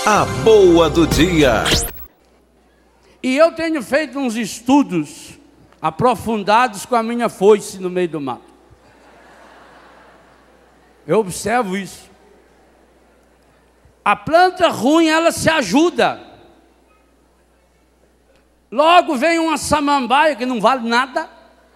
A boa do dia. E eu tenho feito uns estudos aprofundados com a minha foice no meio do mato. Eu observo isso. A planta ruim, ela se ajuda. Logo vem uma samambaia que não vale nada,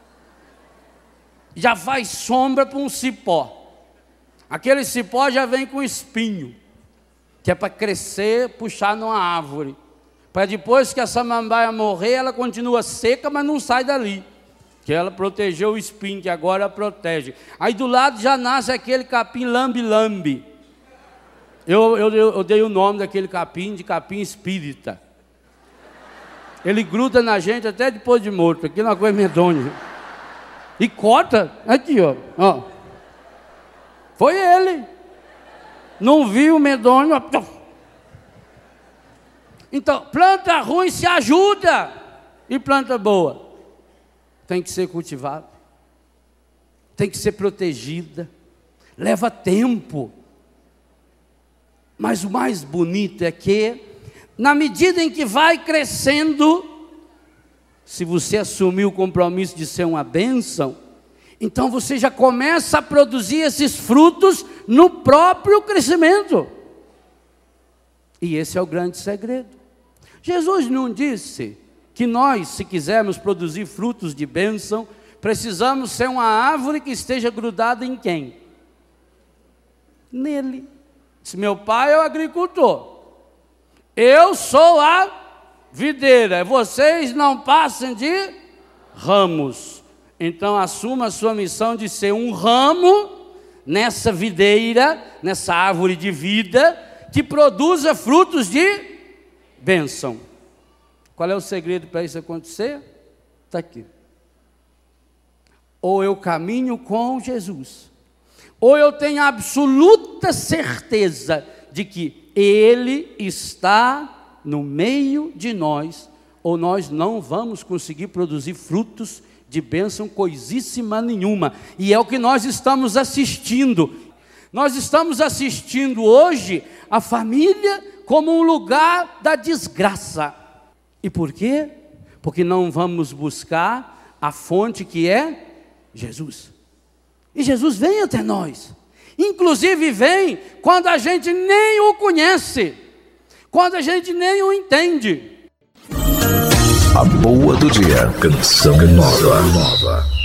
já faz sombra para um cipó. Aquele cipó já vem com espinho, que é para crescer, puxar numa árvore. Para depois que a samambaia morrer, ela continua seca, mas não sai dali. Que ela protegeu o espinho, que agora protege. Aí do lado já nasce aquele capim lambe-lambe. Eu dei o nome daquele capim de capim espírita. Ele gruda na gente até depois de morto. Aquilo é uma coisa medonha. E corta. Aqui, ó. Foi ele. Não viu o medonho. Então, planta ruim se ajuda. E planta boa tem que ser cultivada. Tem que ser protegida. Leva tempo. Mas o mais bonito é que, na medida em que vai crescendo, se você assumir o compromisso de ser uma bênção, então você já começa a produzir esses frutos no próprio crescimento. E esse é o grande segredo. Jesus não disse que nós, se quisermos produzir frutos de bênção, precisamos ser uma árvore que esteja grudada em quem? Nele. Se meu pai é o agricultor, eu sou a videira, vocês não passem de ramos. Então assuma a sua missão de ser um ramo nessa videira, nessa árvore de vida, que produza frutos de bênção. Qual é o segredo para isso acontecer? Está aqui. Ou eu caminho com Jesus, ou eu tenho absoluta certeza de que Ele está no meio de nós, ou nós não vamos conseguir produzir frutos de bênção coisíssima nenhuma. E é o que nós estamos assistindo. Nós estamos assistindo hoje a família como um lugar da desgraça. E por quê? Porque não vamos buscar a fonte que é Jesus. E Jesus vem até nós. Inclusive vem quando a gente nem o conhece, quando a gente nem o entende. A boa do dia. Canção nova.